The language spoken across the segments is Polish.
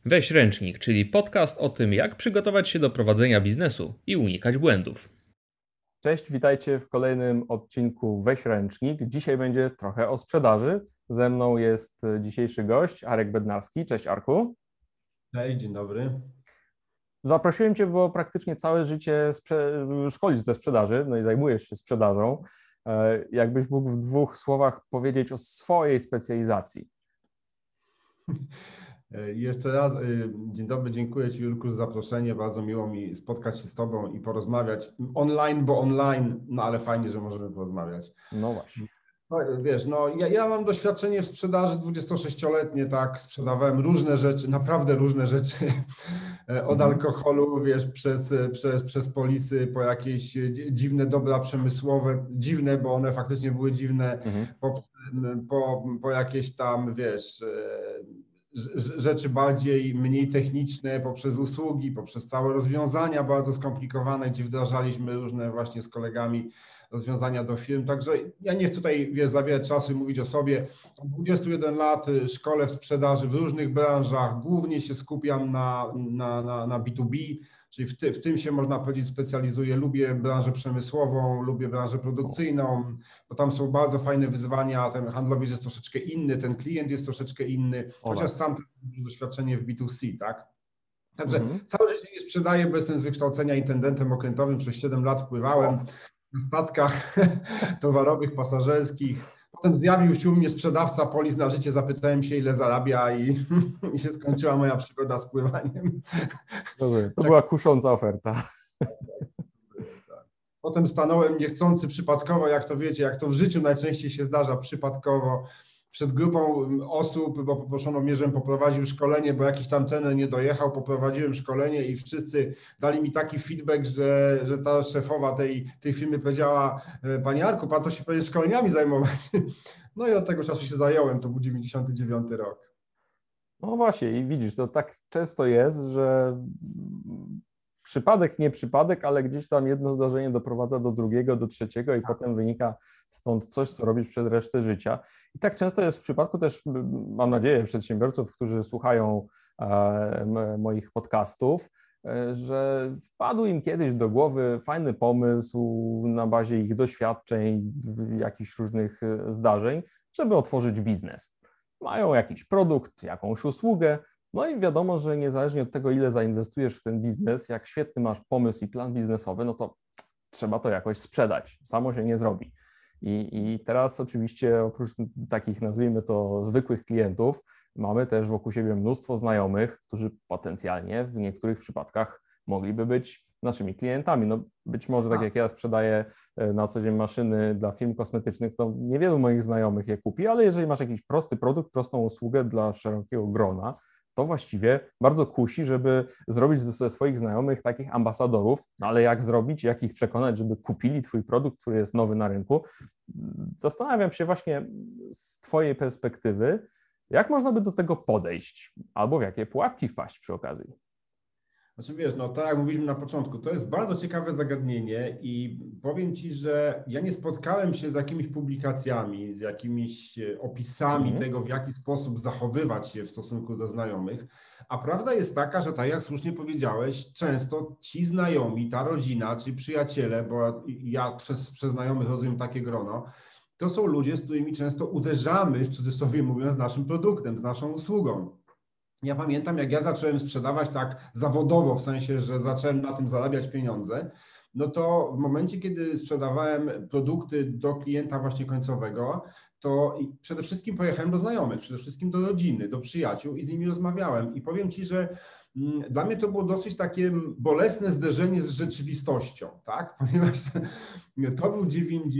Weź ręcznik, czyli podcast o tym, jak przygotować się do prowadzenia biznesu i unikać błędów. Cześć, witajcie w kolejnym odcinku Weź Ręcznik. Dzisiaj będzie trochę o sprzedaży. Ze mną jest dzisiejszy gość, Arek Bednarski. Cześć, Arku. Cześć, dzień dobry. Zaprosiłem Cię, bo praktycznie całe życie szkolisz ze sprzedaży, no i zajmujesz się sprzedażą. Jakbyś mógł w dwóch słowach powiedzieć o swojej specjalizacji? Jeszcze raz dzień dobry, dziękuję Ci, Jurku, za zaproszenie. Bardzo miło mi spotkać się z Tobą i porozmawiać online, bo online, no ale fajnie, że możemy porozmawiać. No właśnie. Wiesz, ja mam doświadczenie w sprzedaży 26-letnie, tak, sprzedawałem różne rzeczy, naprawdę różne rzeczy, od alkoholu, wiesz, przez polisy, po jakieś dziwne dobra przemysłowe, dziwne, bo one faktycznie były dziwne, po jakieś tam, wiesz, rzeczy mniej techniczne, poprzez usługi, poprzez całe rozwiązania bardzo skomplikowane, gdzie wdrażaliśmy różne właśnie z kolegami rozwiązania do firm. Także ja nie chcę tutaj, wiesz, zabierać czasu i mówić o sobie. Od 21 lat szkolę w sprzedaży w różnych branżach, głównie się skupiam na B2B, czyli w tym się, można powiedzieć, specjalizuję. Lubię branżę przemysłową, lubię branżę produkcyjną, bo tam są bardzo fajne wyzwania, ten handlowiec jest troszeczkę inny, ten klient jest troszeczkę inny, chociaż sam też mam doświadczenie w B2C, tak? Także całe życie nie sprzedaję, bo jestem z wykształcenia intendentem okrętowym, przez 7 lat wpływałem na statkach towarowych, pasażerskich. Potem zjawił się u mnie sprzedawca polis na życie, zapytałem się, ile zarabia i się skończyła moja przygoda z pływaniem. To była kusząca oferta. Potem stanąłem niechcący przypadkowo, jak to wiecie, jak to w życiu najczęściej się zdarza, przypadkowo przed grupą osób, bo poproszono mnie, żebym poprowadził szkolenie, bo jakiś tam trener nie dojechał, poprowadziłem szkolenie i wszyscy dali mi taki feedback, że ta szefowa tej firmy powiedziała: Panie Arku, pan to się powinien szkoleniami zajmować. No i od tego czasu się zająłem, to był 99 rok. No właśnie i widzisz, to tak często jest, że przypadek, nie przypadek, ale gdzieś tam jedno zdarzenie doprowadza do drugiego, do trzeciego i potem wynika stąd coś, co robisz przez resztę życia. I tak często jest w przypadku też, mam nadzieję, przedsiębiorców, którzy słuchają moich podcastów, że wpadł im kiedyś do głowy fajny pomysł na bazie ich doświadczeń, jakichś różnych zdarzeń, żeby otworzyć biznes. Mają jakiś produkt, jakąś usługę, no i wiadomo, że niezależnie od tego, ile zainwestujesz w ten biznes, jak świetny masz pomysł i plan biznesowy, no to trzeba to jakoś sprzedać. Samo się nie zrobi. I teraz oczywiście oprócz takich, nazwijmy to, zwykłych klientów, mamy też wokół siebie mnóstwo znajomych, którzy potencjalnie w niektórych przypadkach mogliby być naszymi klientami. No być może tak jak ja sprzedaję na co dzień maszyny dla firm kosmetycznych, to niewielu moich znajomych je kupi, ale jeżeli masz jakiś prosty produkt, prostą usługę dla szerokiego grona, to właściwie bardzo kusi, żeby zrobić ze swoich znajomych takich ambasadorów, ale jak zrobić, jak ich przekonać, żeby kupili twój produkt, który jest nowy na rynku. Zastanawiam się właśnie z twojej perspektywy, jak można by do tego podejść, albo w jakie pułapki wpaść przy okazji. Znaczy wiesz, no tak jak mówiliśmy na początku, to jest bardzo ciekawe zagadnienie i powiem Ci, że ja nie spotkałem się z jakimiś publikacjami, z jakimiś opisami tego, w jaki sposób zachowywać się w stosunku do znajomych, a prawda jest taka, że tak jak słusznie powiedziałeś, często ci znajomi, ta rodzina, czy przyjaciele, bo ja przez znajomych rozumiem takie grono, to są ludzie, z którymi często uderzamy, w cudzysłowie mówiąc, z naszym produktem, z naszą usługą. Ja pamiętam, jak ja zacząłem sprzedawać tak zawodowo, w sensie, że zacząłem na tym zarabiać pieniądze, no to w momencie, kiedy sprzedawałem produkty do klienta właśnie końcowego, to przede wszystkim pojechałem do znajomych, przede wszystkim do rodziny, do przyjaciół i z nimi rozmawiałem. I powiem Ci, że dla mnie to było dosyć takie bolesne zderzenie z rzeczywistością, tak? Ponieważ to był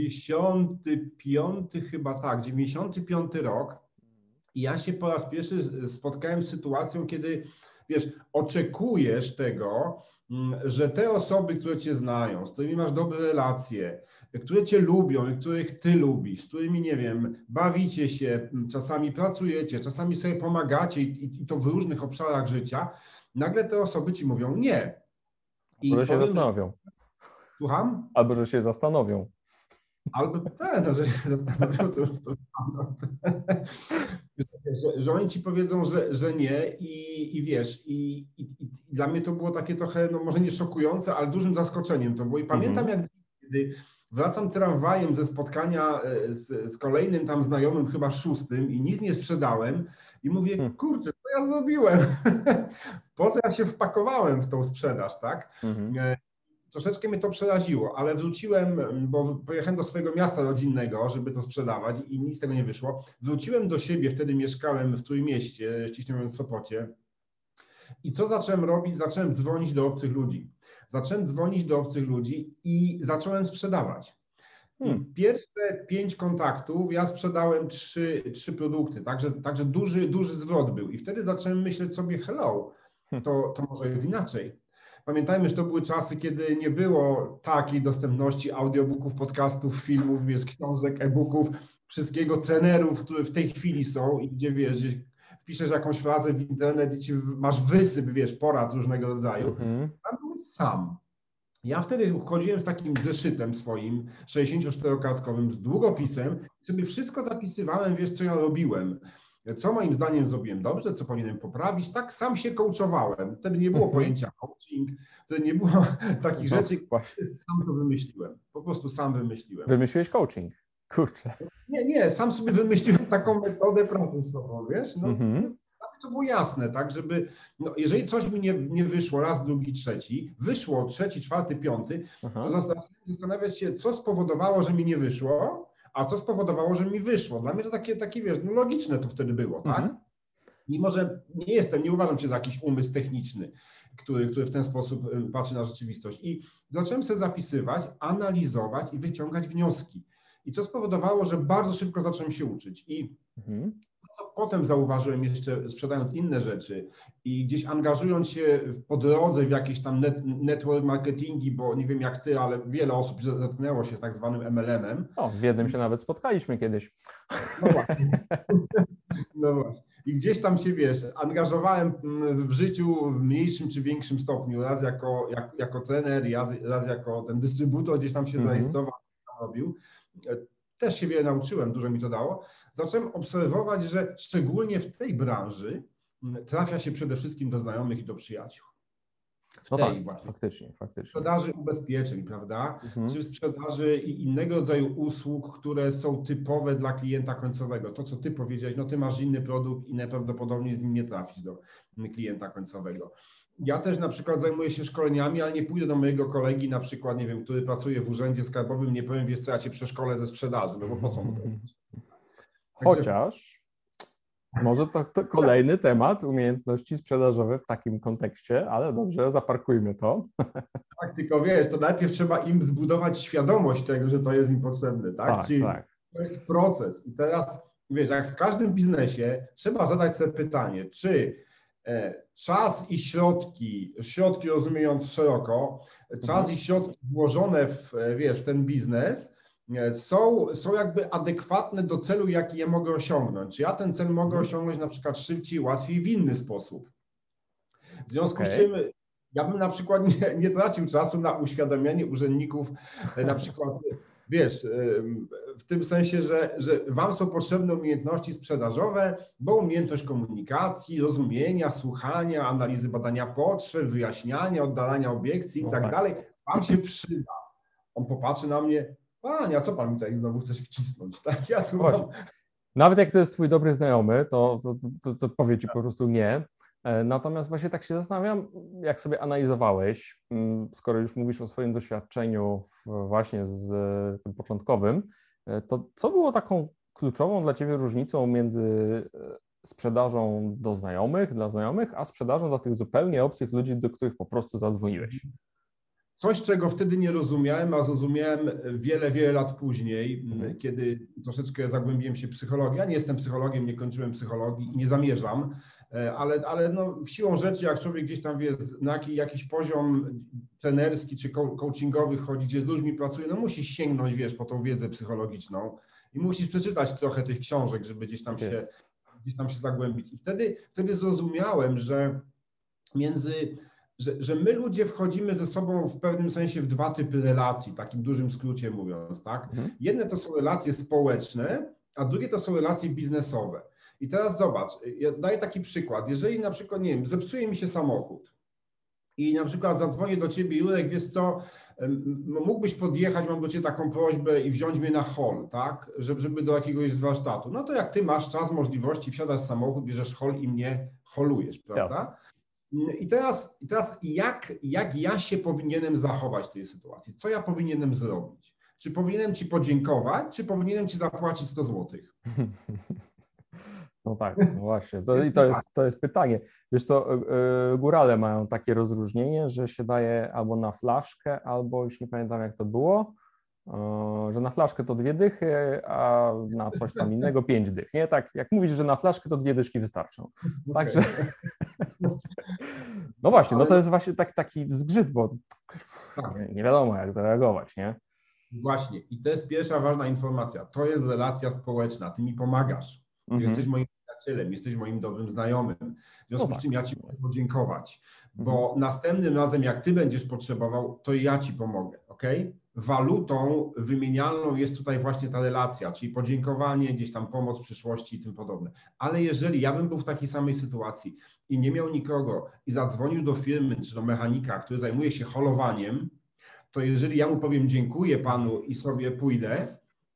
95 chyba, tak, 95 rok. I ja się po raz pierwszy spotkałem z sytuacją, kiedy, wiesz, oczekujesz tego, że te osoby, które Cię znają, z którymi masz dobre relacje, które Cię lubią i których Ty lubisz, z którymi, nie wiem, bawicie się, czasami pracujecie, czasami sobie pomagacie i to w różnych obszarach życia, nagle te osoby Ci mówią nie. Albo że się zastanowią. Słucham? Albo że się zastanowią. Albo tak, no, że się zastanowią, to że oni ci powiedzą, że nie i wiesz, i dla mnie to było takie trochę, no może nie szokujące, ale dużym zaskoczeniem to było. I pamiętam, jak kiedy wracam tramwajem ze spotkania z kolejnym tam znajomym, chyba 6, i nic nie sprzedałem i mówię, kurczę, co ja zrobiłem? Po co ja się wpakowałem w tą sprzedaż, tak? Troszeczkę mnie to przeraziło, ale wróciłem, bo pojechałem do swojego miasta rodzinnego, żeby to sprzedawać i nic z tego nie wyszło. Wróciłem do siebie, wtedy mieszkałem w Trójmieście, ściśle mówiąc w Sopocie. I co zacząłem robić? Zacząłem dzwonić do obcych ludzi. I zacząłem sprzedawać. I pierwsze 5 kontaktów ja sprzedałem 3 produkty, także duży zwrot był. I wtedy zacząłem myśleć sobie, hello, to może jest inaczej. Pamiętajmy, że to były czasy, kiedy nie było takiej dostępności audiobooków, podcastów, filmów, wiesz, książek, e-booków, wszystkiego, trenerów, które w tej chwili są i gdzie wiesz, gdzie wpiszesz jakąś frazę w internet i masz wysyp, wiesz, porad różnego rodzaju. Tam byłeś sam. Ja wtedy chodziłem z takim zeszytem swoim, 64-kartkowym, z długopisem, sobie wszystko zapisywałem, wiesz, co ja robiłem. Co moim zdaniem zrobiłem dobrze, co powinienem poprawić, tak sam się coachowałem. Wtedy nie było pojęcia coaching, wtedy nie było takich rzeczy, sam to wymyśliłem. Po prostu sam wymyśliłem. Wymyśliłeś coaching? Kurczę. Nie, sam sobie wymyśliłem taką metodę pracy z sobą, wiesz? No, to było jasne, tak, żeby, no, jeżeli coś mi nie wyszło raz, drugi, trzeci, wyszło 3., 4., 5., to zastanawiać się, co spowodowało, że mi nie wyszło, a co spowodowało, że mi wyszło. Dla mnie to takie wiesz, no logiczne to wtedy było, tak? Mimo że nie uważam się za jakiś umysł techniczny, który w ten sposób patrzy na rzeczywistość. I zacząłem sobie zapisywać, analizować i wyciągać wnioski. I co spowodowało, że bardzo szybko zacząłem się uczyć. I potem zauważyłem jeszcze, sprzedając inne rzeczy i gdzieś angażując się po drodze w jakieś tam network marketingi, bo nie wiem jak ty, ale wiele osób zetknęło się z tak zwanym MLM-em. O, w jednym się nawet spotkaliśmy kiedyś. No właśnie. No właśnie. I gdzieś tam się, wiesz, angażowałem w życiu w mniejszym czy większym stopniu, raz jako trener, raz jako ten dystrybutor, gdzieś tam się zarejestrował, robił. Też się wiele nauczyłem, dużo mi to dało. Zacząłem obserwować, że szczególnie w tej branży trafia się przede wszystkim do znajomych i do przyjaciół. No tak, faktycznie. W sprzedaży ubezpieczeń, prawda? Czy w sprzedaży innego rodzaju usług, które są typowe dla klienta końcowego. To, co ty powiedziałeś, no ty masz inny produkt i najprawdopodobniej z nim nie trafisz do klienta końcowego. Ja też na przykład zajmuję się szkoleniami, ale nie pójdę do mojego kolegi na przykład, nie wiem, który pracuje w urzędzie skarbowym, nie powiem, wiesz co, ja cię przeszkolę ze sprzedaży, no bo po co mu to robić? Chociaż może to kolejny temat, umiejętności sprzedażowe w takim kontekście, ale dobrze, zaparkujmy to. Tak, tylko wiesz, to najpierw trzeba im zbudować świadomość tego, że to jest im potrzebne, tak? Czyli to jest proces. I teraz, wiesz, jak w każdym biznesie trzeba zadać sobie pytanie, czy czas i środki rozumiejąc szeroko, czas i środki włożone w ten biznes są jakby adekwatne do celu, jaki ja mogę osiągnąć. Czy ja ten cel mogę osiągnąć na przykład szybciej, łatwiej, w inny sposób. W związku z czym ja bym na przykład nie tracił czasu na uświadamianie urzędników, na przykład, wiesz, w tym sensie, że wam są potrzebne umiejętności sprzedażowe, bo umiejętność komunikacji, rozumienia, słuchania, analizy badania potrzeb, wyjaśniania, oddalania obiekcji i tak dalej, wam się przyda. On popatrzy na mnie, panie, a co pan mi tutaj znowu chcesz wcisnąć? Tak, ja tu mam... Nawet jak to jest twój dobry znajomy, to powie ci po prostu nie. Natomiast właśnie tak się zastanawiam, jak sobie analizowałeś, skoro już mówisz o swoim doświadczeniu właśnie z tym początkowym, to co było taką kluczową dla ciebie różnicą między sprzedażą dla znajomych, a sprzedażą dla tych zupełnie obcych ludzi, do których po prostu zadzwoniłeś? Coś, czego wtedy nie rozumiałem, a zrozumiałem wiele lat później, kiedy troszeczkę zagłębiłem się w psychologię. Ja nie jestem psychologiem, nie kończyłem psychologii i nie zamierzam, ale no, siłą rzeczy, jak człowiek gdzieś tam wie, na jakiś poziom trenerski czy coachingowy wchodzi, gdzie z ludźmi pracuje, no musisz sięgnąć, wiesz, po tą wiedzę psychologiczną i musisz przeczytać trochę tych książek, żeby gdzieś tam się zagłębić. I wtedy zrozumiałem, że że my ludzie wchodzimy ze sobą w pewnym sensie w 2 typy relacji, takim dużym skrócie mówiąc, tak? Jedne to są relacje społeczne, a drugie to są relacje biznesowe. I teraz zobacz, ja daję taki przykład. Jeżeli na przykład, nie wiem, zepsuje mi się samochód i na przykład zadzwonię do ciebie, Jurek, wiesz co, mógłbyś podjechać, mam do ciebie taką prośbę i wziąć mnie na hol, tak, żeby do jakiegoś z warsztatu. No to jak ty masz czas, możliwości, wsiadasz w samochód, bierzesz hol i mnie holujesz, prawda? Jasne. I teraz jak ja się powinienem zachować w tej sytuacji? Co ja powinienem zrobić? Czy powinienem ci podziękować, czy powinienem ci zapłacić 100 złotych? No tak, no właśnie. To jest pytanie. Wiesz co, górale mają takie rozróżnienie, że się daje albo na flaszkę, albo już nie pamiętam jak to było, że na flaszkę to 2 dychy, a na coś tam innego 5 dych. Nie? Tak, jak mówisz, że na flaszkę to 2 dyszki wystarczą. Także no właśnie, no to jest właśnie taki zgrzyt, bo nie wiadomo jak zareagować, nie? Właśnie. I to jest pierwsza ważna informacja. To jest relacja społeczna. Ty mi pomagasz. Ty jesteś moim przyjacielem, jesteś moim dobrym znajomym. W związku z czym ja ci mogę podziękować, bo następnym razem, jak ty będziesz potrzebował, to ja ci pomogę, ok? Walutą wymienialną jest tutaj właśnie ta relacja, czyli podziękowanie, gdzieś tam pomoc w przyszłości i tym podobne. Ale jeżeli ja bym był w takiej samej sytuacji i nie miał nikogo i zadzwonił do firmy czy do mechanika, który zajmuje się holowaniem, to jeżeli ja mu powiem dziękuję panu i sobie pójdę,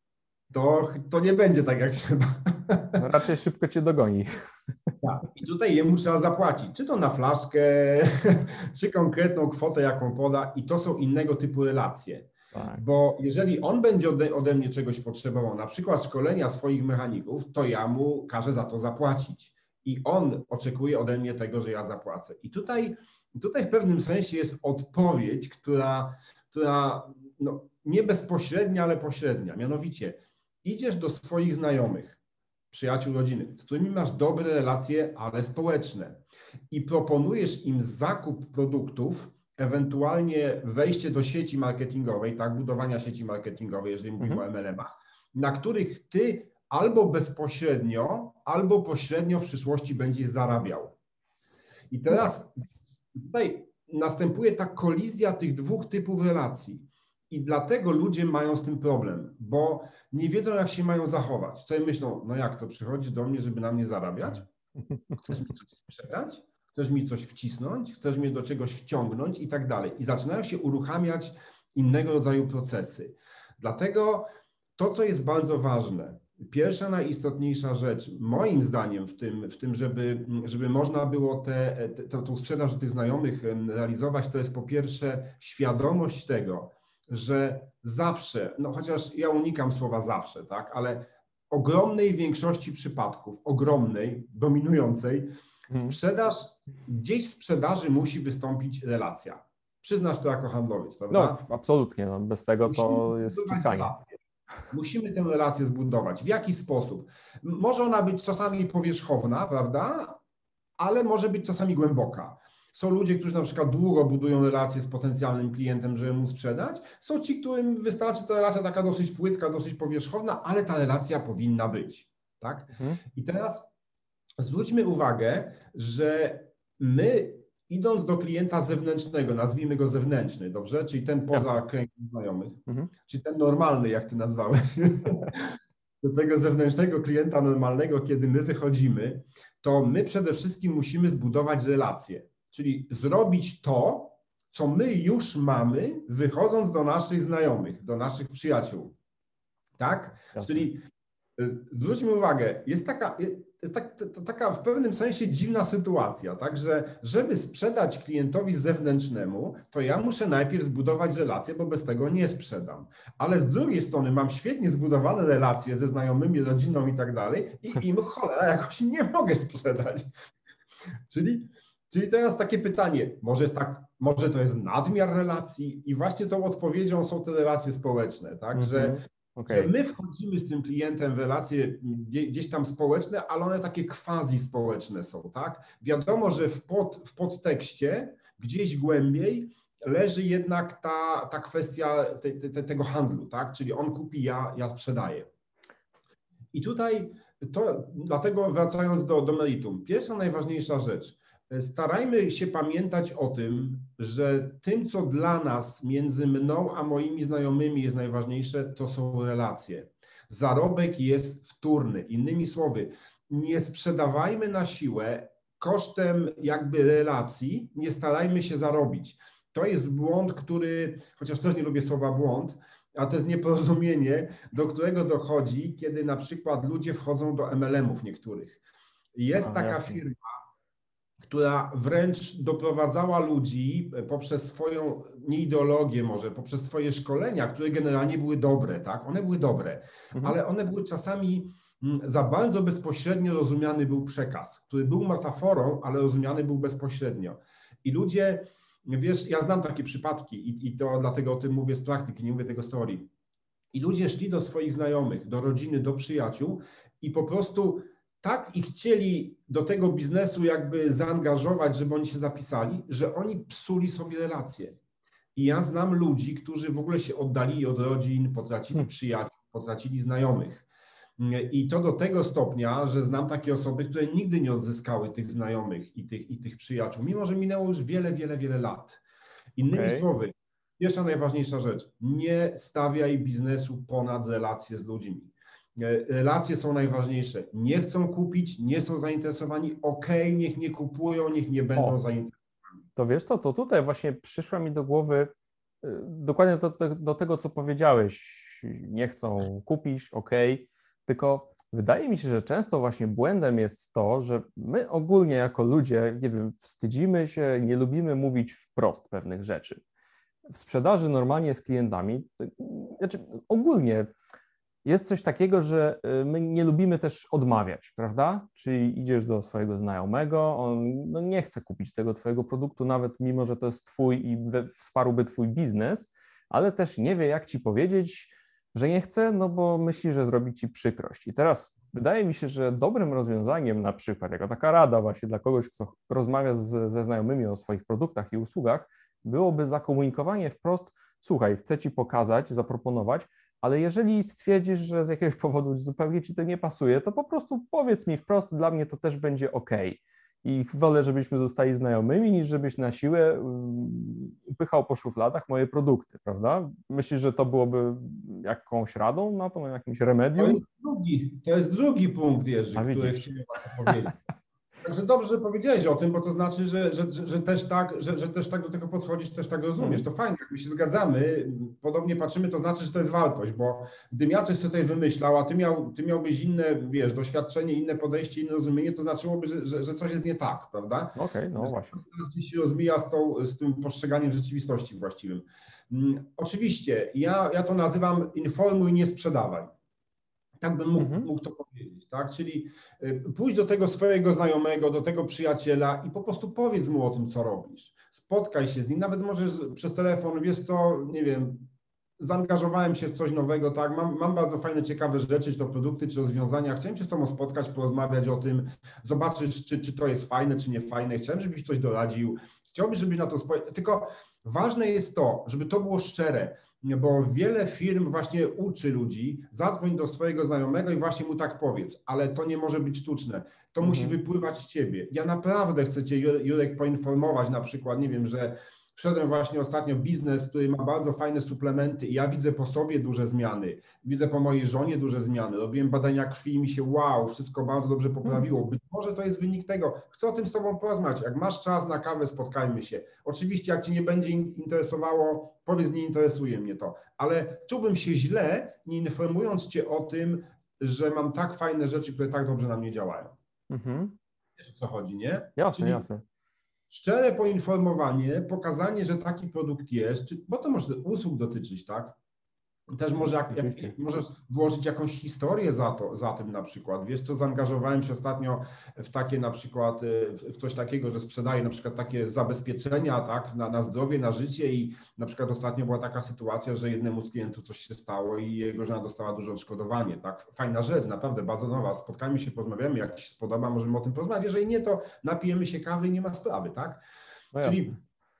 to nie będzie tak jak trzeba. No raczej szybko cię dogoni. Tak. I tutaj jemu trzeba zapłacić, czy to na flaszkę, czy konkretną kwotę, jaką poda, i to są innego typu relacje. Tak. Bo jeżeli on będzie ode mnie czegoś potrzebował, na przykład szkolenia swoich mechaników, to ja mu każę za to zapłacić. I on oczekuje ode mnie tego, że ja zapłacę. I tutaj w pewnym sensie jest odpowiedź, która no, nie bezpośrednia, ale pośrednia. Mianowicie idziesz do swoich znajomych, przyjaciół, rodziny, z którymi masz dobre relacje, ale społeczne, i proponujesz im zakup produktów, ewentualnie wejście do sieci marketingowej, tak, budowania sieci marketingowej, jeżeli mówimy o MLM-ach, na których ty albo bezpośrednio, albo pośrednio w przyszłości będziesz zarabiał. I teraz tutaj następuje ta kolizja tych 2 typów relacji. I dlatego ludzie mają z tym problem, bo nie wiedzą, jak się mają zachować. Sobie myślą, no jak to, przychodzisz do mnie, żeby na mnie zarabiać? Chcesz mi coś sprzedać? Chcesz mi coś wcisnąć? Chcesz mnie do czegoś wciągnąć? I tak dalej. I zaczynają się uruchamiać innego rodzaju procesy. Dlatego to, co jest bardzo ważne, pierwsza, najistotniejsza rzecz, moim zdaniem w tym żeby można było tą sprzedaż do tych znajomych realizować, to jest po pierwsze świadomość tego, że zawsze, no chociaż ja unikam słowa zawsze, tak, ale ogromnej większości przypadków, ogromnej, dominującej, gdzieś w sprzedaży musi wystąpić relacja. Przyznasz to jako handlowiec, prawda? No, absolutnie, no, bez tego to jest wciskanie. Musimy tę relację zbudować. W jaki sposób? Może ona być czasami powierzchowna, prawda? Ale może być czasami głęboka. Są ludzie, którzy na przykład długo budują relacje z potencjalnym klientem, żeby mu sprzedać. Są ci, którym wystarczy ta relacja taka dosyć płytka, dosyć powierzchowna, ale ta relacja powinna być. Tak? I teraz zwróćmy uwagę, że my, idąc do klienta zewnętrznego, nazwijmy go zewnętrzny, dobrze? Czyli ten poza kręgiem znajomych, czyli ten normalny, jak ty nazwałeś, do tego zewnętrznego klienta normalnego, kiedy my wychodzimy, to my przede wszystkim musimy zbudować relacje, czyli zrobić to, co my już mamy, wychodząc do naszych znajomych, do naszych przyjaciół. Tak? Jasne. Czyli zwróćmy uwagę, jest taka w pewnym sensie dziwna sytuacja, tak, że żeby sprzedać klientowi zewnętrznemu, to ja muszę najpierw zbudować relacje, bo bez tego nie sprzedam. Ale z drugiej strony mam świetnie zbudowane relacje ze znajomymi, rodziną i tak dalej i im cholera jakoś nie mogę sprzedać. Czyli teraz takie pytanie, może to jest nadmiar relacji i właśnie tą odpowiedzią są te relacje społeczne, tak, że my wchodzimy z tym klientem w relacje gdzieś tam społeczne, ale one takie quasi-społeczne są, tak? Wiadomo, że w podtekście gdzieś głębiej leży jednak ta kwestia tego handlu, tak? Czyli on kupi, ja sprzedaję. I tutaj dlatego wracając do meritum, pierwsza najważniejsza rzecz, starajmy się pamiętać o tym, że tym, co dla nas między mną a moimi znajomymi jest najważniejsze, to są relacje. Zarobek jest wtórny. Innymi słowy, nie sprzedawajmy na siłę kosztem jakby relacji, nie starajmy się zarobić. To jest błąd, który, chociaż też nie lubię słowa błąd, a to jest nieporozumienie, do którego dochodzi, kiedy na przykład ludzie wchodzą do MLM-ów niektórych. Jest taka firma, która wręcz doprowadzała ludzi poprzez swoją, nie ideologię może, poprzez swoje szkolenia, które generalnie były dobre, tak? One były dobre, ale one były czasami za bardzo bezpośrednio rozumiany był przekaz, który był metaforą, ale rozumiany był bezpośrednio. I ludzie, wiesz, ja znam takie przypadki i to dlatego o tym mówię z praktyki, nie mówię tego z teorii. I ludzie szli do swoich znajomych, do rodziny, do przyjaciół i po prostu tak ich chcieli do tego biznesu jakby zaangażować, żeby oni się zapisali, że oni psuli sobie relacje. I ja znam ludzi, którzy w ogóle się oddalili od rodzin, potracili przyjaciół, potracili znajomych. I to do tego stopnia, że znam takie osoby, które nigdy nie odzyskały tych znajomych i tych przyjaciół, mimo że minęło już wiele, wiele, wiele lat. Innymi słowy, pierwsza najważniejsza rzecz, nie stawiaj biznesu ponad relacje z ludźmi. Relacje są najważniejsze. Nie chcą kupić, nie są zainteresowani, okej, niech nie kupują, niech nie będą zainteresowani. To wiesz co, to tutaj właśnie przyszła mi do głowy dokładnie do tego, co powiedziałeś. Nie chcą kupić, okej, tylko wydaje mi się, że często właśnie błędem jest to, że my ogólnie jako ludzie, nie wiem, wstydzimy się, nie lubimy mówić wprost pewnych rzeczy. W sprzedaży normalnie z klientami, znaczy ogólnie jest coś takiego, że my nie lubimy też odmawiać, prawda? Czyli idziesz do swojego znajomego, on nie chce kupić tego twojego produktu, nawet mimo, że to jest twój i wsparłby twój biznes, ale też nie wie, jak ci powiedzieć, że nie chce, no bo myśli, że zrobi ci przykrość. I teraz wydaje mi się, że dobrym rozwiązaniem na przykład, jako taka rada właśnie dla kogoś, kto rozmawia ze znajomymi o swoich produktach i usługach, byłoby zakomunikowanie wprost: słuchaj, chcę ci pokazać, zaproponować, ale jeżeli stwierdzisz, że z jakiegoś powodu zupełnie ci to nie pasuje, to po prostu powiedz mi wprost, dla mnie to też będzie okej. I wolę, żebyśmy zostali znajomymi, niż żebyś na siłę upychał po szufladach moje produkty, prawda? Myślisz, że to byłoby jakąś radą na to, jakimś remedium? To jest drugi punkt, Jerzy, który chciałem powiedzieć. Także dobrze, że powiedziałeś o tym, bo to znaczy, że też tak do tego podchodzisz, też tak rozumiesz. To fajnie, jak my się zgadzamy, podobnie patrzymy, to znaczy, że to jest wartość, bo gdybym ja coś sobie tutaj wymyślał, a ty miałbyś inne, wiesz, doświadczenie, inne podejście, inne rozumienie, to znaczyłoby, że coś jest nie tak, prawda? Okej, no właśnie. Teraz gdzieś się rozmija z tym postrzeganiem rzeczywistości właściwym. Oczywiście, ja to nazywam informuj, nie sprzedawaj. Tak bym mógł to powiedzieć, tak? Czyli pójdź do tego swojego znajomego, do tego przyjaciela i po prostu powiedz mu o tym, co robisz. Spotkaj się z nim, nawet możesz przez telefon, wiesz co, nie wiem, zaangażowałem się w coś nowego, tak? Mam bardzo fajne, ciekawe rzeczy, czy to produkty, czy rozwiązania. Chciałem się z tobą spotkać, porozmawiać o tym, zobaczysz, czy to jest fajne, czy nie fajne. Chciałem, żebyś coś doradził. Chciałbym, żebyś na to spojrzał. Tylko ważne jest to, żeby to było szczere, bo wiele firm właśnie uczy ludzi, zadzwoń do swojego znajomego i właśnie mu tak powiedz, ale to nie może być sztuczne, to musi wypływać z ciebie. Ja naprawdę chcę cię, Jurek, poinformować na przykład, nie wiem, że wszedłem właśnie ostatnio w biznes, który ma bardzo fajne suplementy i ja widzę po sobie duże zmiany, widzę po mojej żonie duże zmiany, robiłem badania krwi i mi się wszystko bardzo dobrze poprawiło. Być może to jest wynik tego. Chcę o tym z tobą porozmawiać. Jak masz czas na kawę, spotkajmy się. Oczywiście jak cię nie będzie interesowało, powiedz, nie interesuje mnie to, ale czułbym się źle, nie informując cię o tym, że mam tak fajne rzeczy, które tak dobrze na mnie działają. Wiesz, o co chodzi, nie? Jasne, jasne. Szczere poinformowanie, pokazanie, że taki produkt jest, bo to może usług dotyczyć, tak? Też może możesz włożyć jakąś historię za tym na przykład. Wiesz co, zaangażowałem się ostatnio w takie na przykład, w coś takiego, że sprzedaję na przykład takie zabezpieczenia, tak, na zdrowie, na życie i na przykład ostatnio była taka sytuacja, że jednemu z klientów coś się stało i jego żona dostała duże odszkodowanie, tak? Fajna rzecz, naprawdę bardzo nowa. Spotkajmy się, porozmawiamy, jak ci się spodoba, możemy o tym porozmawiać. Jeżeli nie, to napijemy się kawy i nie ma sprawy, tak? No Czyli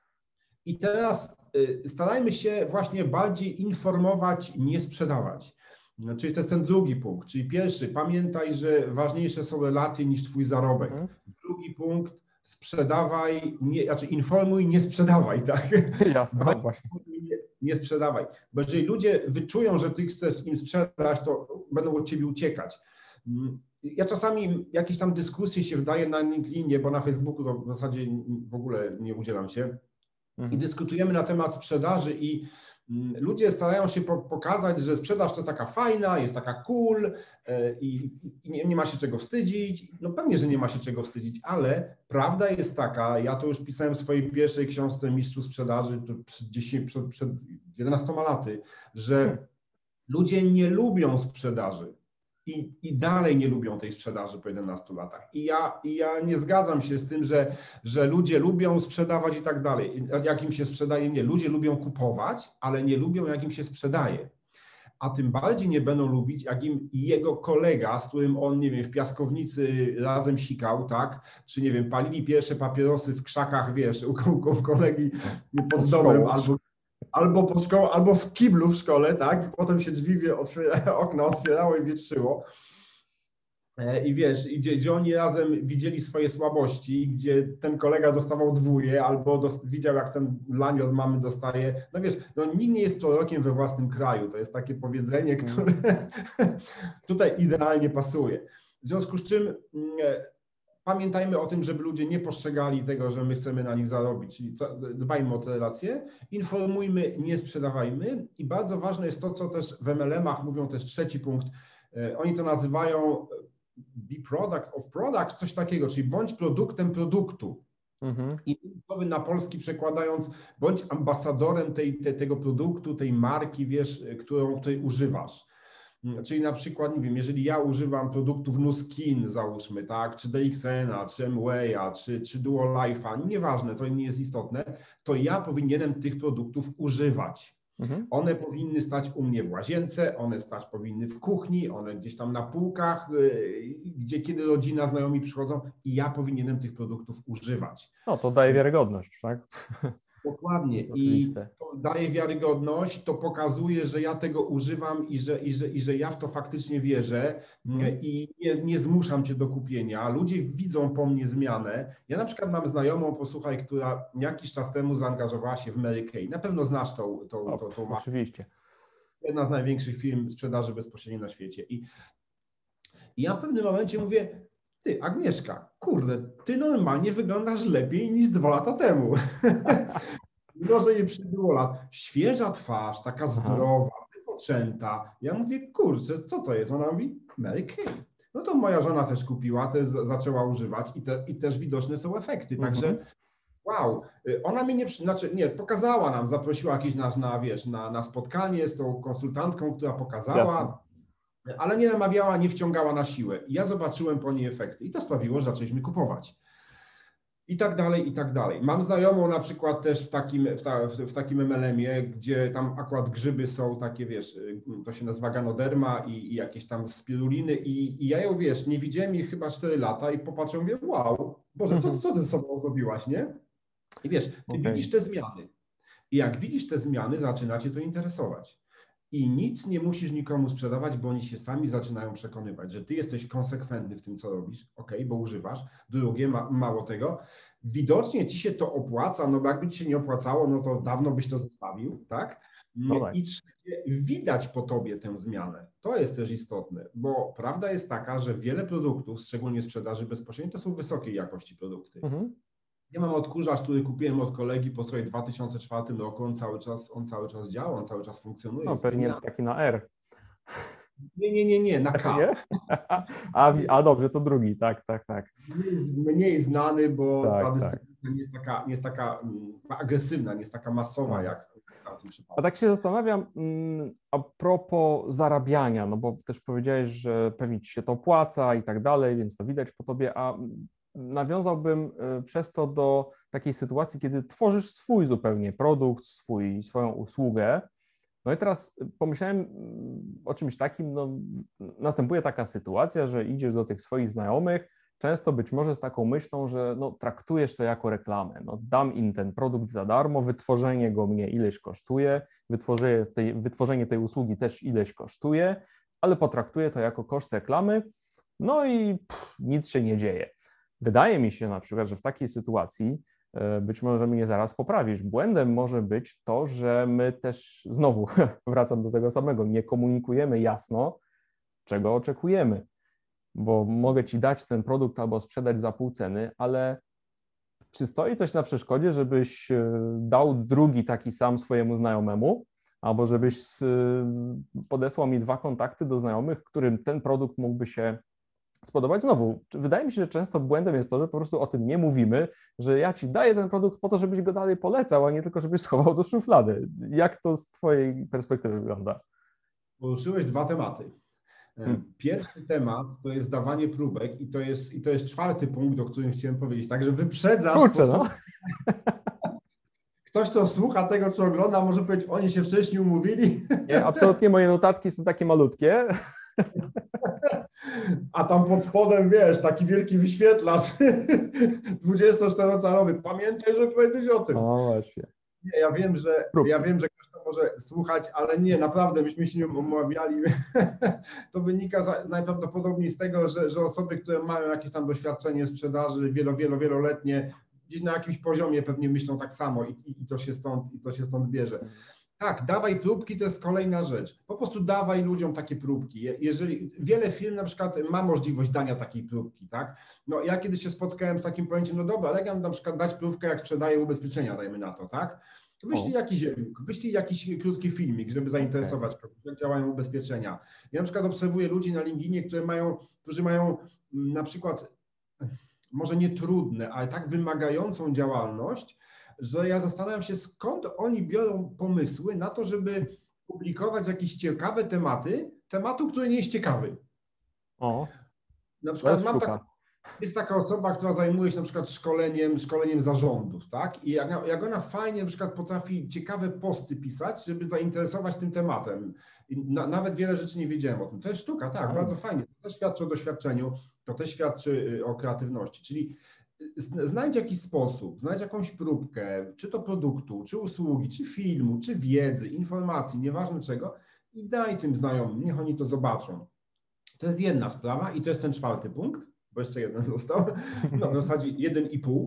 i teraz starajmy się właśnie bardziej informować, nie sprzedawać. Czyli to jest ten drugi punkt. Czyli pierwszy, pamiętaj, że ważniejsze są relacje niż twój zarobek. Drugi punkt, sprzedawaj, informuj, nie sprzedawaj, tak? Jasne, no właśnie. Nie sprzedawaj, bo jeżeli ludzie wyczują, że ty chcesz im sprzedać, to będą od ciebie uciekać. Ja czasami jakieś tam dyskusje się wdaję na LinkedInie, bo na Facebooku to w zasadzie w ogóle nie udzielam się i dyskutujemy na temat sprzedaży i ludzie starają się pokazać, że sprzedaż to taka fajna, jest taka cool i nie ma się czego wstydzić. No pewnie, że nie ma się czego wstydzić, ale prawda jest taka, ja to już pisałem w swojej pierwszej książce Mistrzu Sprzedaży przed 11 laty, że ludzie nie lubią sprzedaży. I dalej nie lubią tej sprzedaży po 11 latach. I ja nie zgadzam się z tym, że ludzie lubią sprzedawać i tak dalej. Jak im się sprzedaje, nie. Ludzie lubią kupować, ale nie lubią, jak im się sprzedaje. A tym bardziej nie będą lubić, jak im jego kolega, z którym on, nie wiem, w piaskownicy razem sikał, tak? Czy, nie wiem, palili pierwsze papierosy w krzakach, wiesz, u kolegi pod domem, albo pod szkołą, albo w kiblu w szkole, tak? I potem się drzwi, okno otwierało i wietrzyło. I wiesz, gdzie oni razem widzieli swoje słabości, gdzie ten kolega dostawał dwóje, albo widział, jak ten lani od mamy dostaje. No wiesz, no nikt nie jest prorokiem we własnym kraju. To jest takie powiedzenie, które tutaj idealnie pasuje. W związku z czym pamiętajmy o tym, żeby ludzie nie postrzegali tego, że my chcemy na nich zarobić. Czyli dbajmy o te relacje, informujmy, nie sprzedawajmy. I bardzo ważne jest to, co też w MLM-ach mówią, też trzeci punkt. Oni to nazywają be product of product, coś takiego, czyli bądź produktem produktu. I na polski przekładając, bądź ambasadorem tego produktu, tej marki, wiesz, której używasz. Czyli na przykład, nie wiem, jeżeli ja używam produktów Nuskin, załóżmy, tak, czy DXN-a, czy Amwaya, czy Duolife'a, nieważne, to nie jest istotne, to ja powinienem tych produktów używać. One powinny stać u mnie w łazience, one stać powinny w kuchni, one gdzieś tam na półkach, gdzie kiedy rodzina, znajomi przychodzą i ja powinienem tych produktów używać. No to daje wiarygodność, tak? Dokładnie. I to daje wiarygodność, to pokazuje, że ja tego używam i że ja w to faktycznie wierzę i nie zmuszam cię do kupienia. Ludzie widzą po mnie zmianę. Ja na przykład mam znajomą, posłuchaj, która jakiś czas temu zaangażowała się w Mary Kay. Na pewno znasz tą markę. Oczywiście. Jedna z największych firm sprzedaży bezpośredniej na świecie. I ja w pewnym momencie mówię: ty, Agnieszka, kurde, ty normalnie wyglądasz lepiej niż 2 lata temu. Może nie przybyło lat. Świeża twarz, taka zdrowa, wypoczęta. Ja mówię: kurczę, co to jest? Ona mówi: Mary Kay. No to moja żona też kupiła, też zaczęła używać i też widoczne są efekty. Także wow, ona mi pokazała nam, zaprosiła jakieś na spotkanie z tą konsultantką, która pokazała. Jasne. Ale nie namawiała, nie wciągała na siłę. I ja zobaczyłem po niej efekty i to sprawiło, że zaczęliśmy kupować. I tak dalej, i tak dalej. Mam znajomą na przykład też w takim MLM-ie, gdzie tam akurat grzyby są takie, wiesz, to się nazywa ganoderma i jakieś tam spiruliny i ja ją, wiesz, nie widziałem jej chyba 4 lata i popatrzę, mówię: wow, Boże, co ty sobą zrobiłaś, nie? I wiesz, ty widzisz te zmiany. I jak widzisz te zmiany, zaczyna cię to interesować. I nic nie musisz nikomu sprzedawać, bo oni się sami zaczynają przekonywać, że ty jesteś konsekwentny w tym, co robisz, bo używasz. Drugie, mało tego, widocznie ci się to opłaca, no bo jakby ci się nie opłacało, no to dawno byś to zostawił, tak? No tak. I trzecie, widać po tobie tę zmianę. To jest też istotne, bo prawda jest taka, że wiele produktów, szczególnie sprzedaży bezpośredniej, to są wysokiej jakości produkty. Ja mam odkurzacz, który kupiłem od kolegi po swoim 2004 roku, on cały czas działa, on cały czas funkcjonuje. No pewnie taki na R. Nie, na K. Nie? A dobrze, to drugi, tak. Mniej znany, bo ta dystrybucja nie jest taka agresywna, nie jest taka masowa jak w tym przypadku. A tak się zastanawiam a propos zarabiania, no bo też powiedziałeś, że pewnie ci się to opłaca i tak dalej, więc to widać po tobie, a nawiązałbym przez to do takiej sytuacji, kiedy tworzysz swój zupełnie produkt, swoją usługę. No i teraz pomyślałem o czymś takim, no następuje taka sytuacja, że idziesz do tych swoich znajomych, często być może z taką myślą, że no, traktujesz to jako reklamę. No, dam im ten produkt za darmo, wytworzenie go mnie ileś kosztuje, wytworzenie tej usługi też ileś kosztuje, ale potraktuję to jako koszt reklamy, no i nic się nie dzieje. Wydaje mi się na przykład, że w takiej sytuacji być może mnie zaraz poprawisz. Błędem może być to, że my też znowu wracam do tego samego, nie komunikujemy jasno, czego oczekujemy. bo mogę ci dać ten produkt albo sprzedać za pół ceny, ale czy stoi coś na przeszkodzie, żebyś dał drugi taki sam swojemu znajomemu, albo żebyś podesłał mi 2 kontakty do znajomych, którym ten produkt mógłby się spodobać? Znowu, wydaje mi się, że często błędem jest to, że po prostu o tym nie mówimy, że ja ci daję ten produkt po to, żebyś go dalej polecał, a nie tylko żebyś schował do szuflady. Jak to z twojej perspektywy wygląda? Poruszyłeś 2 tematy. Pierwszy temat to jest dawanie próbek i to jest 4. punkt, o którym chciałem powiedzieć. Także wyprzedzasz. Kurczę, no. Ktoś, kto słucha tego, co ogląda, może powiedzieć, oni się wcześniej umówili. Nie, absolutnie moje notatki są takie malutkie. A tam pod spodem, wiesz, taki wielki wyświetlacz 24-calowy. Pamiętaj, że powiedzieć o tym. O, właśnie. Nie, ja wiem, że ktoś to może słuchać, ale nie, naprawdę, myśmy się nie omawiali. To wynika najprawdopodobniej z tego, że osoby, które mają jakieś tam doświadczenie sprzedaży wieloletnie, gdzieś na jakimś poziomie pewnie myślą tak samo i to się stąd bierze. Tak, dawaj próbki, to jest kolejna rzecz. Po prostu dawaj ludziom takie próbki. Jeżeli wiele firm na przykład ma możliwość dania takiej próbki, tak? No ja kiedyś się spotkałem z takim pojęciem, no dobra, ale jak ja mam na przykład dać próbkę, jak sprzedaję ubezpieczenia, dajmy na to, tak? Wyślij jakiś krótki filmik, żeby zainteresować kogoś, jak działają ubezpieczenia. Ja na przykład obserwuję ludzi na LinkedInie, którzy mają na przykład może nie trudne, ale tak wymagającą działalność, że ja zastanawiam się, skąd oni biorą pomysły na to, żeby publikować jakieś ciekawe tematu, który nie jest ciekawy. Na przykład jest taka osoba, która zajmuje się na przykład szkoleniem zarządów, tak? I jak ona fajnie na przykład potrafi ciekawe posty pisać, żeby zainteresować tym tematem. I nawet wiele rzeczy nie wiedziałem o tym. To jest sztuka, tak, bardzo fajnie. To też świadczy o doświadczeniu, to też świadczy o kreatywności. Czyli znajdź jakiś sposób, znajdź jakąś próbkę, czy to produktu, czy usługi, czy filmu, czy wiedzy, informacji, nieważne czego i daj tym znajomym, niech oni to zobaczą. To jest jedna sprawa i to jest ten 4. punkt, bo jeszcze jeden został, no w zasadzie 1,5.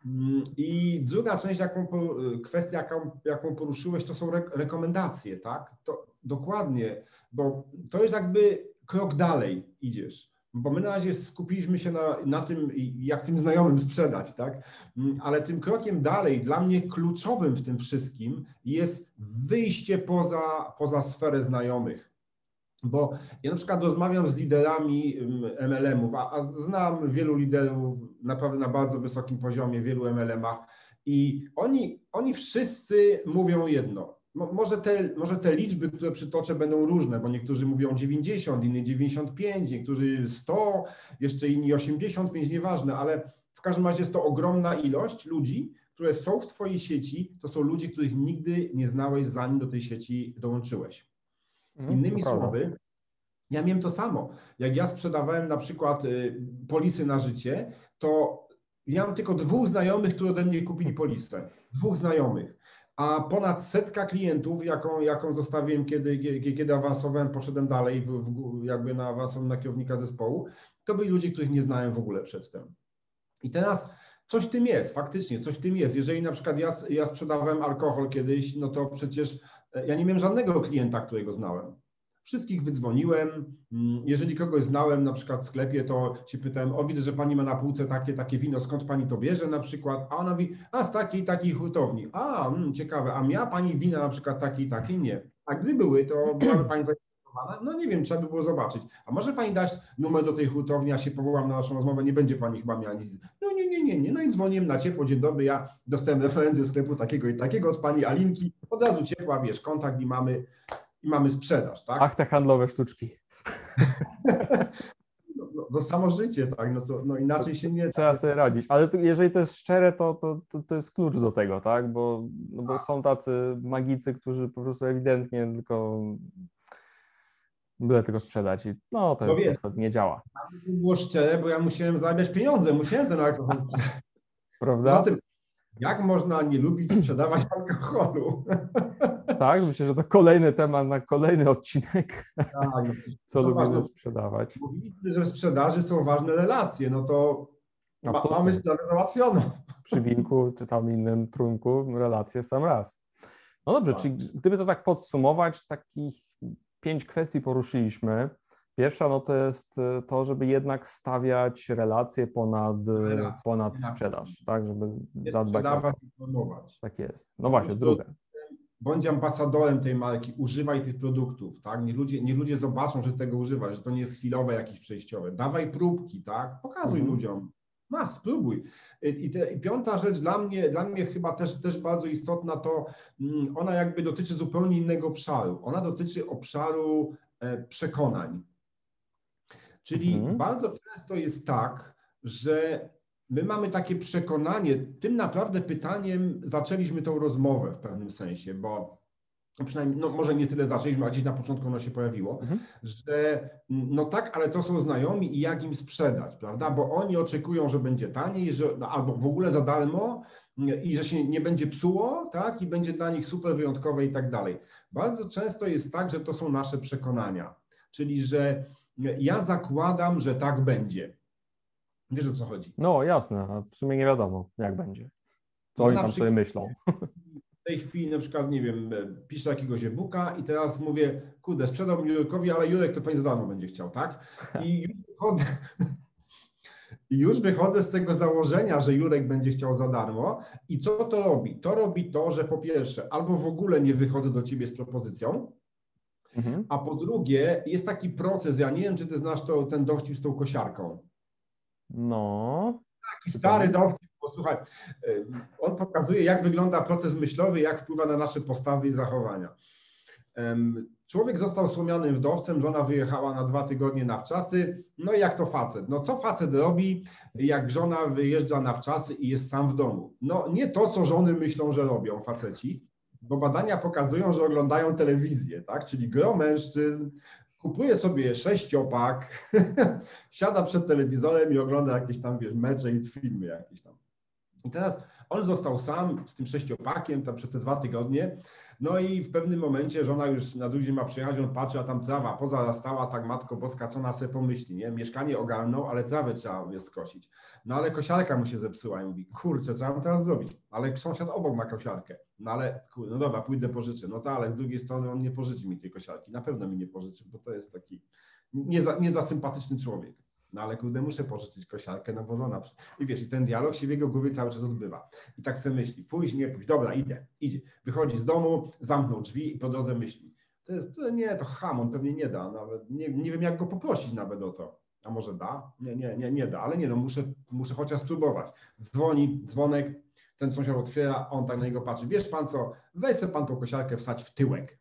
I druga część, kwestia, jaką poruszyłeś, to są rekomendacje, tak? To dokładnie, bo to jest jakby krok dalej idziesz. Bo my na razie skupiliśmy się na tym, jak tym znajomym sprzedać, tak? Ale tym krokiem dalej, dla mnie kluczowym w tym wszystkim jest wyjście poza sferę znajomych. Bo ja na przykład rozmawiam z liderami MLM-ów, a znam wielu liderów naprawdę na bardzo wysokim poziomie, wielu MLM-ach i oni wszyscy mówią jedno. Może te liczby, które przytoczę, będą różne, bo niektórzy mówią 90, inni 95, niektórzy 100, jeszcze inni 85, nieważne, ale w każdym razie jest to ogromna ilość ludzi, które są w twojej sieci, to są ludzie, których nigdy nie znałeś, zanim do tej sieci dołączyłeś. Innymi słowy, ja miałem to samo. Jak ja sprzedawałem na przykład polisy na życie, to ja mam tylko 2 znajomych, którzy ode mnie kupili polisę. 2 znajomych. A ponad 100 klientów, jaką zostawiłem, kiedy awansowałem, poszedłem dalej, jakby awansowałem na kierownika zespołu, to byli ludzie, których nie znałem w ogóle przedtem. I teraz coś w tym jest, faktycznie, coś w tym jest. Jeżeli na przykład ja sprzedawałem alkohol kiedyś, no to przecież ja nie miałem żadnego klienta, którego znałem. Wszystkich wydzwoniłem, jeżeli kogoś znałem na przykład w sklepie, to się pytałem, widzę, że pani ma na półce takie wino, skąd pani to bierze na przykład, a ona mówi, z takiej hurtowni, ciekawe, a miała pani wina na przykład takiej, nie. A gdy były, to byłaby pani zainteresowana? No nie wiem, trzeba by było zobaczyć. A może pani dać numer do tej hurtowni, a się powołam na naszą rozmowę, nie będzie pani chyba miała nic. No nie. No i dzwoniłem na ciepło, dzień dobry, ja dostałem referencję sklepu takiego i takiego od pani Alinki, od razu ciepła, wiesz, kontakt i mamy sprzedaż, tak? Ach, te handlowe sztuczki. No samo życie, tak? No inaczej się nie da. Trzeba sobie radzić. Ale jeżeli to jest szczere, to jest klucz do tego, tak? Bo są tacy magicy, którzy po prostu ewidentnie byle tylko sprzedać i to nie działa. To było szczere, bo ja musiałem zarabiać pieniądze, musiałem ten alkohol. Prawda? Zatem jak można nie lubić sprzedawać alkoholu? Tak, myślę, że to kolejny temat na kolejny odcinek, Tak, co lubimy sprzedawać. Mówiliśmy, że w sprzedaży są ważne relacje, no to mamy sprawę załatwioną. Przy winku czy tam innym trunku relacje w sam raz. No dobrze, czyli gdyby to tak podsumować, takich 5 kwestii poruszyliśmy. Pierwsza no to jest to, żeby jednak stawiać relacje ponad sprzedaż, tak, żeby Nie zadbać o to. sprzedawać i promować. Tak jest. No właśnie, druga. Bądź ambasadorem tej marki, używaj tych produktów, tak? Niech ludzie zobaczą, że tego używasz, że to nie jest chwilowe, jakieś przejściowe. Dawaj próbki, tak? Pokazuj ludziom. Spróbuj. I piąta rzecz dla mnie chyba też bardzo istotna, to ona jakby dotyczy zupełnie innego obszaru. Ona dotyczy obszaru przekonań. Czyli bardzo często jest tak, że my mamy takie przekonanie, tym naprawdę pytaniem zaczęliśmy tą rozmowę w pewnym sensie, bo przynajmniej, no może nie tyle zaczęliśmy, a gdzieś na początku ono się pojawiło, że no tak, ale to są znajomi i jak im sprzedać, prawda? Bo oni oczekują, że będzie taniej, że, no, albo w ogóle za darmo i że się nie będzie psuło, tak? I będzie dla nich super wyjątkowe i tak dalej. Bardzo często jest tak, że to są nasze przekonania, czyli że ja zakładam, że tak będzie. Wiesz, o co chodzi? No jasne, a w sumie nie wiadomo, jak będzie. Co oni tam sobie myślą. W tej chwili na przykład, nie wiem, piszę jakiegoś e-booka i teraz mówię, kurde, sprzedam Jurkowi, ale Jurek to pewnie za darmo będzie chciał, tak? I już wychodzę z tego założenia, że Jurek będzie chciał za darmo. I co to robi? To robi to, że po pierwsze, albo w ogóle nie wychodzę do ciebie z propozycją, a po drugie, jest taki proces, ja nie wiem, czy ty znasz ten dowcip z tą kosiarką. No. Taki stary dowcip, posłuchaj, on pokazuje, jak wygląda proces myślowy, jak wpływa na nasze postawy i zachowania. Człowiek został słomianym wdowcem, żona wyjechała na 2 tygodnie na wczasy, no i jak to facet? No co facet robi, jak żona wyjeżdża na wczasy i jest sam w domu? No nie to, co żony myślą, że robią faceci, bo badania pokazują, że oglądają telewizję, tak? Czyli gro mężczyzn kupuje sobie 6-pak, siada przed telewizorem i ogląda jakieś tam, wiesz, mecze i filmy jakieś tam. I teraz on został sam z tym 6-pakiem tam przez te 2 tygodnie, no i w pewnym momencie żona już na drugi dzień ma przyjechać, on patrzy, a tam trawa pozarastała, tak Matko Boska, co ona sobie pomyśli, nie? Mieszkanie ogarnął, ale trawę trzeba skosić. No ale kosiarka mu się zepsuła i mówi, kurczę, co mam teraz zrobić? Ale sąsiad obok ma kosiarkę. No ale, no dobra, pójdę pożyczę. No to, ale z drugiej strony on nie pożyczy mi tej kosiarki. Na pewno mi nie pożyczy, bo to jest taki nie za sympatyczny człowiek. No ale kurde, muszę pożyczyć kosiarkę, no bo żona... I wiesz, i ten dialog się w jego głowie cały czas odbywa. I tak sobie myśli, pójść, nie pójść, dobra, idzie. Wychodzi z domu, zamknął drzwi i po drodze myśli. To ham, on pewnie nie da, nawet nie wiem jak go poprosić nawet o to. A może da? Nie da, ale nie, no muszę chociaż spróbować. Dzwonek, ten sąsiad otwiera, on tak na niego patrzy. Wiesz pan co, weź sobie pan tą kosiarkę wsadź w tyłek.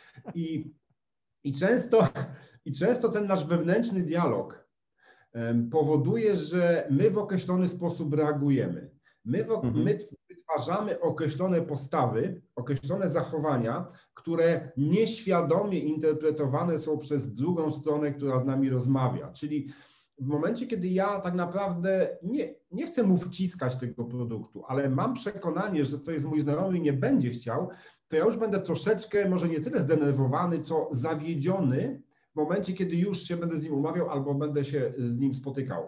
I często ten nasz wewnętrzny dialog powoduje, że my w określony sposób reagujemy. My wytwarzamy określone postawy, określone zachowania, które nieświadomie interpretowane są przez drugą stronę, która z nami rozmawia. Czyli w momencie, kiedy ja tak naprawdę nie chcę mu wciskać tego produktu, ale mam przekonanie, że to jest mój znajomy i nie będzie chciał, to ja już będę troszeczkę, może nie tyle zdenerwowany, co zawiedziony w momencie, kiedy już się będę z nim umawiał albo będę się z nim spotykał.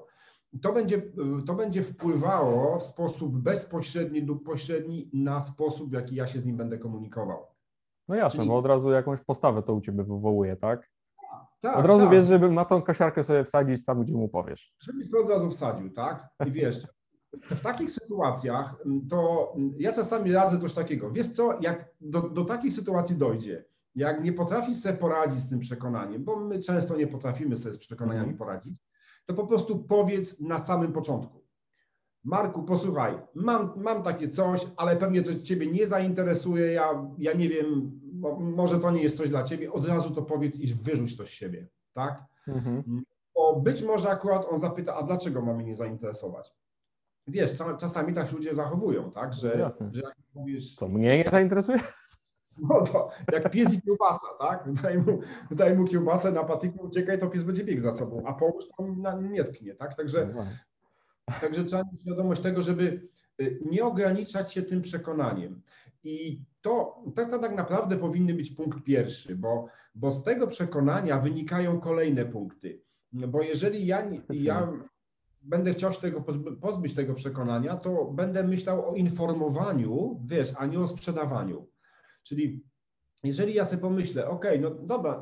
To będzie wpływało w sposób bezpośredni lub pośredni na sposób, w jaki ja się z nim będę komunikował. No jasne, bo od razu jakąś postawę to u ciebie wywołuje, tak? Tak, od razu tak. Wiesz, żeby ma tą kosiarkę sobie wsadzić tam, gdzie mu powiesz. Żebyś to od razu wsadził, tak? I wiesz, w takich sytuacjach to ja czasami radzę coś takiego. Wiesz co, jak do takiej sytuacji dojdzie, jak nie potrafisz sobie poradzić z tym przekonaniem, bo my często nie potrafimy sobie z przekonaniami poradzić, to po prostu powiedz na samym początku. Marku, posłuchaj, mam takie coś, ale pewnie to ciebie nie zainteresuje, ja nie wiem, może to nie jest coś dla ciebie, od razu to powiedz i wyrzuć to z siebie, tak? Bo być może akurat on zapyta, a dlaczego ma mnie nie zainteresować? Wiesz, czasami tak ludzie zachowują, tak? Że jak mówisz... Co, mnie nie zainteresuje? No to jak pies i kiełbasa, tak? Daj mu kiełbasę na patyku, uciekaj, to pies będzie biegł za sobą, a połóż tam na nim nie tknie, tak? Także trzeba mieć świadomość tego, żeby nie ograniczać się tym przekonaniem. I to tak naprawdę powinny być punkt pierwszy, bo z tego przekonania wynikają kolejne punkty. Bo jeżeli ja będę chciał się pozbyć tego przekonania, to będę myślał o informowaniu, wiesz, a nie o sprzedawaniu. Czyli jeżeli ja sobie pomyślę, okej, no dobra,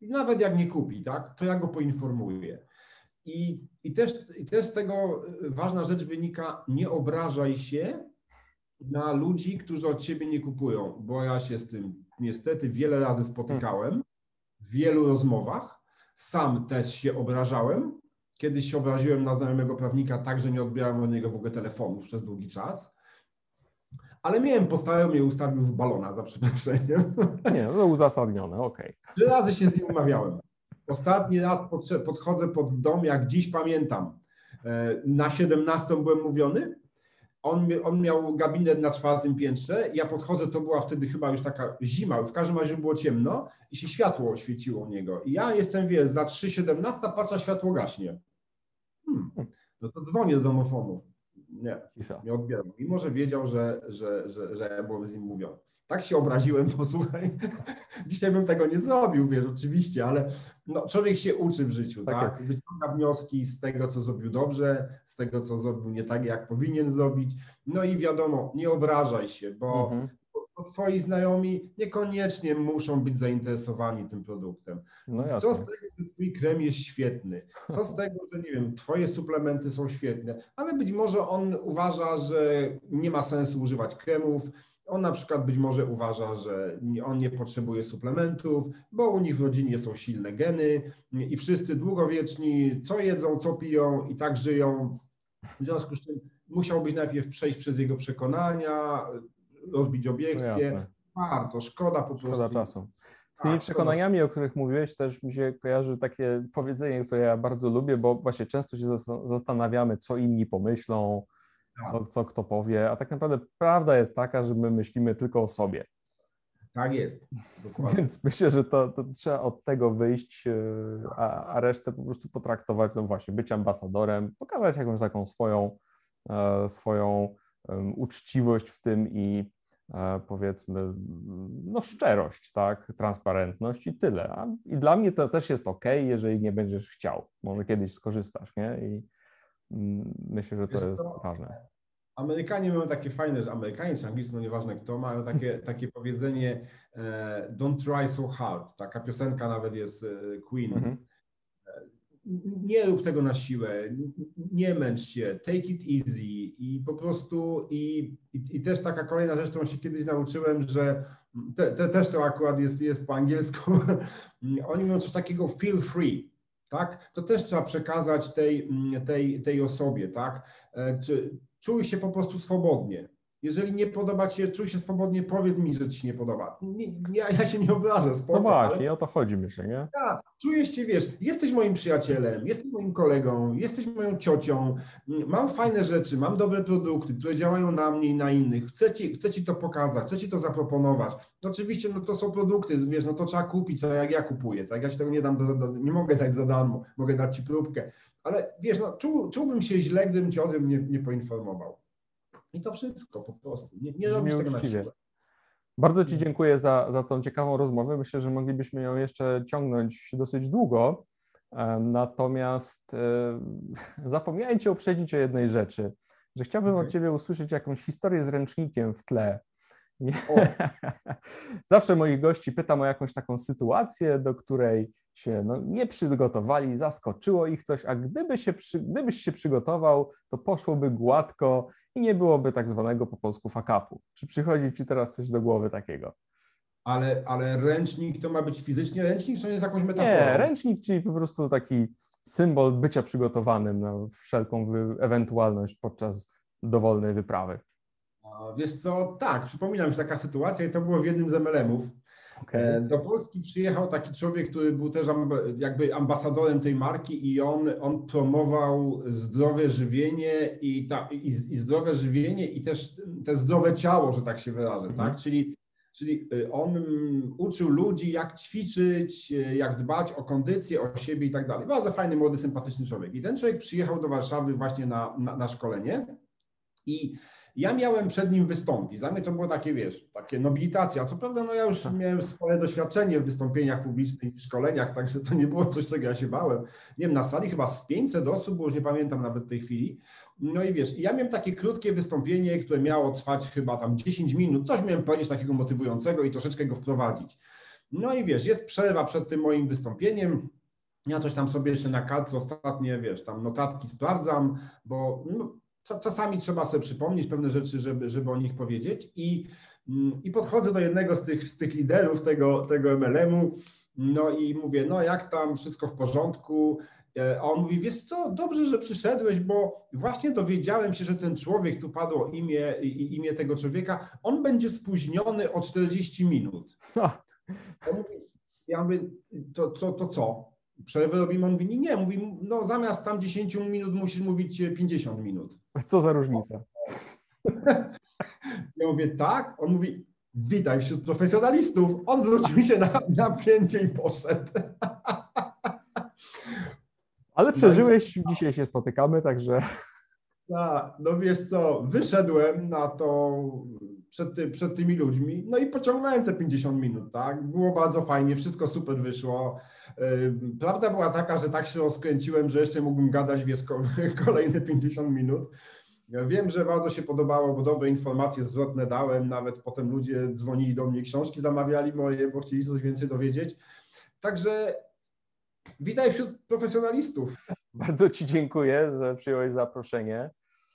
I nawet jak nie kupi, tak, to ja go poinformuję. I też z tego ważna rzecz wynika, nie obrażaj się na ludzi, którzy od ciebie nie kupują, bo ja się z tym niestety wiele razy spotykałem, w wielu rozmowach, sam też się obrażałem. Kiedyś się obraziłem na znajomego prawnika tak, że nie odbierałem od niego w ogóle telefonów przez długi czas, ale miałem postawę, mnie ustawił w balona, za przeproszeniem. Nie, no to uzasadnione, okej. 3 razy się z nim umawiałem. Ostatni raz podchodzę pod dom, jak dziś pamiętam. Na 17 byłem mówiony. On miał gabinet na 4. piętrze. Ja podchodzę, to była wtedy chyba już taka zima, w każdym razie było ciemno i się światło oświeciło u niego. I ja jestem, wiesz, za 3:17 patrzę, światło gaśnie. No to dzwonię do domofonu. Nie odbieram. Mimo że wiedział, że ja byłem z nim mówiony. Tak się obraziłem, posłuchaj. Dzisiaj bym tego nie zrobił, wiesz, oczywiście, ale no, człowiek się uczy w życiu, tak? Wyciąga wnioski z tego, co zrobił dobrze, z tego, co zrobił nie tak, jak powinien zrobić. No i wiadomo, nie obrażaj się, bo twoi znajomi niekoniecznie muszą być zainteresowani tym produktem. No Co z tego, że twój krem jest świetny? Co z tego, że nie wiem, twoje suplementy są świetne, ale być może on uważa, że nie ma sensu używać kremów. On na przykład być może uważa, że on nie potrzebuje suplementów, bo u nich w rodzinie są silne geny i wszyscy długowieczni, co jedzą, co piją i tak żyją. W związku z czym musiałbyś najpierw przejść przez jego przekonania, rozbić obiekcje. Warto, szkoda po prostu. Szkoda czasu. Z tymi przekonaniami, o których mówiłeś, też mi się kojarzy takie powiedzenie, które ja bardzo lubię, bo właśnie często się zastanawiamy, co inni pomyślą, co kto powie, a tak naprawdę prawda jest taka, że my myślimy tylko o sobie. Tak jest. Dokładnie. Więc myślę, że to trzeba od tego wyjść, a resztę po prostu potraktować, no właśnie, być ambasadorem, pokazać jakąś taką swoją uczciwość w tym i powiedzmy, no szczerość, tak, transparentność i tyle. I dla mnie to też jest okej, jeżeli nie będziesz chciał. Może kiedyś skorzystasz, nie? I myślę, że to jest ważne. Amerykanie mają takie fajne, że Amerykanie czy Anglicy, no nieważne kto, mają takie powiedzenie don't try so hard. Taka piosenka nawet jest Queen. Nie rób tego na siłę, nie męcz się, take it easy i po prostu i też taka kolejna rzecz, którą się kiedyś nauczyłem, że też to akurat jest po angielsku, oni mówią coś takiego feel free, tak? To też trzeba przekazać tej osobie, tak? Czuj się po prostu swobodnie. Jeżeli nie podoba ci się, czuj się swobodnie, powiedz mi, że ci się nie podoba. Ja się nie obrażę, spoko. No właśnie, o to chodzi, myślę, nie? Tak, czujesz się, wiesz, jesteś moim przyjacielem, jesteś moim kolegą, jesteś moją ciocią, mam fajne rzeczy, mam dobre produkty, które działają na mnie i na innych, chcę ci to pokazać, chcę ci to zaproponować. Oczywiście, no to są produkty, wiesz, no to trzeba kupić, tak jak ja kupuję, tak, ja ci tego nie dam, nie mogę dać za darmo, mogę dać ci próbkę, ale wiesz, no czułbym się źle, gdybym cię o tym nie poinformował. I to wszystko po prostu, nie robisz tego na siłę. Bardzo ci dziękuję za tą ciekawą rozmowę. Myślę, że moglibyśmy ją jeszcze ciągnąć dosyć długo. Natomiast zapomniałem cię uprzedzić o jednej rzeczy, że chciałbym od ciebie usłyszeć jakąś historię z ręcznikiem w tle. Zawsze moich gości pytam o jakąś taką sytuację, do której się nie przygotowali, zaskoczyło ich coś, a gdybyś się przygotował, to poszłoby gładko i nie byłoby tak zwanego po polsku fuck-upu. Czy przychodzi ci teraz coś do głowy takiego? Ale ręcznik to ma być fizycznie ręcznik, czy on jest jakąś metaforą? Nie, ręcznik, czyli po prostu taki symbol bycia przygotowanym na wszelką ewentualność podczas dowolnej wyprawy. Wiesz co, tak, przypominam się taka sytuacja i to było w jednym z MLM-ów. Okay. Do Polski przyjechał taki człowiek, który był też jakby ambasadorem tej marki i on promował zdrowe żywienie i zdrowe żywienie i też zdrowe ciało, że tak się wyrażę, tak? Czyli on uczył ludzi, jak ćwiczyć, jak dbać o kondycję, o siebie i tak dalej. Bardzo fajny, młody, sympatyczny człowiek. I ten człowiek przyjechał do Warszawy właśnie na szkolenie i ja miałem przed nim wystąpić. Dla mnie to było takie, wiesz, takie nobilitacja. Co prawda, no ja już miałem spore doświadczenie w wystąpieniach publicznych i szkoleniach, także to nie było coś, czego ja się bałem. Nie wiem, na sali chyba z 500 osób, bo już nie pamiętam nawet tej chwili. No i wiesz, ja miałem takie krótkie wystąpienie, które miało trwać chyba tam 10 minut. Coś miałem powiedzieć takiego motywującego i troszeczkę go wprowadzić. No i wiesz, jest przerwa przed tym moim wystąpieniem. Ja coś tam sobie jeszcze na kartce ostatnie, wiesz, tam notatki sprawdzam, bo no, czasami trzeba sobie przypomnieć pewne rzeczy, żeby o nich powiedzieć. I podchodzę do jednego z tych liderów tego MLM-u, no i mówię, no jak tam, wszystko w porządku? A on mówi, wiesz co, dobrze, że przyszedłeś, bo właśnie dowiedziałem się, że ten człowiek, tu padło imię tego człowieka, on będzie spóźniony o 40 minut. Ja mówię, to co? Przerwę robimy, on mówi, nie, mówi, no zamiast tam 10 minut musisz mówić 50 minut. Co za różnica? Ja mówię, tak? On mówi, witaj wśród profesjonalistów. On zwrócił się na pięcie i poszedł. Ale przeżyłeś, dzisiaj się spotykamy, także... Tak, no wiesz co, wyszedłem na to przed tymi ludźmi, no i pociągnąłem te 50 minut, tak? Było bardzo fajnie, wszystko super wyszło. Prawda była taka, że tak się rozkręciłem, że jeszcze mógłbym gadać kolejne 50 minut. Ja wiem, że bardzo się podobało, bo dobre informacje zwrotne dałem, nawet potem ludzie dzwonili do mnie, książki zamawiali moje, bo chcieli coś więcej dowiedzieć. Także witaj wśród profesjonalistów. Bardzo Ci dziękuję, że przyjąłeś zaproszenie.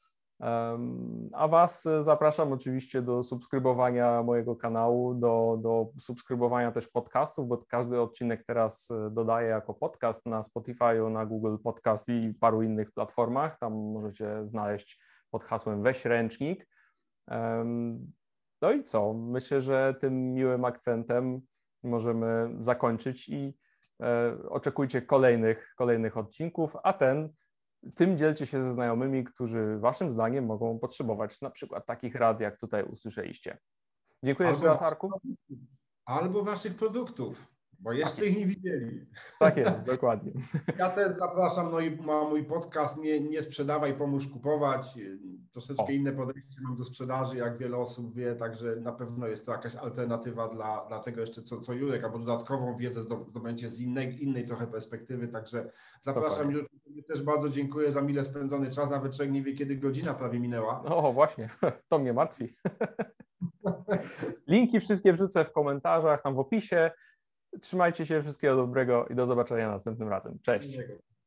A Was zapraszam oczywiście do subskrybowania mojego kanału, do subskrybowania też podcastów, bo każdy odcinek teraz dodaję jako podcast na Spotify, na Google Podcast i paru innych platformach. Tam możecie znaleźć pod hasłem Weź ręcznik. No i co? Myślę, że tym miłym akcentem możemy zakończyć i oczekujcie kolejnych odcinków, a tym dzielcie się ze znajomymi, którzy waszym zdaniem mogą potrzebować na przykład takich rad, jak tutaj usłyszeliście. Dziękuję jeszcze raz, Arku. Albo waszych produktów, bo jeszcze ich nie widzieli. Tak jest, dokładnie. Ja też zapraszam, no i mam mój podcast Nie sprzedawaj, pomóż kupować. Troszeczkę inne podejście mam do sprzedaży, jak wiele osób wie, także na pewno jest to jakaś alternatywa dla tego jeszcze, co Jurek, albo dodatkową wiedzę zdobędzie z innej trochę perspektywy, także zapraszam. Jurek, też bardzo dziękuję za mile spędzony czas, nawet człowiek nie wie, kiedy godzina prawie minęła. O, właśnie, to mnie martwi. Linki wszystkie wrzucę w komentarzach, tam w opisie. Trzymajcie się, wszystkiego dobrego i do zobaczenia następnym razem. Cześć.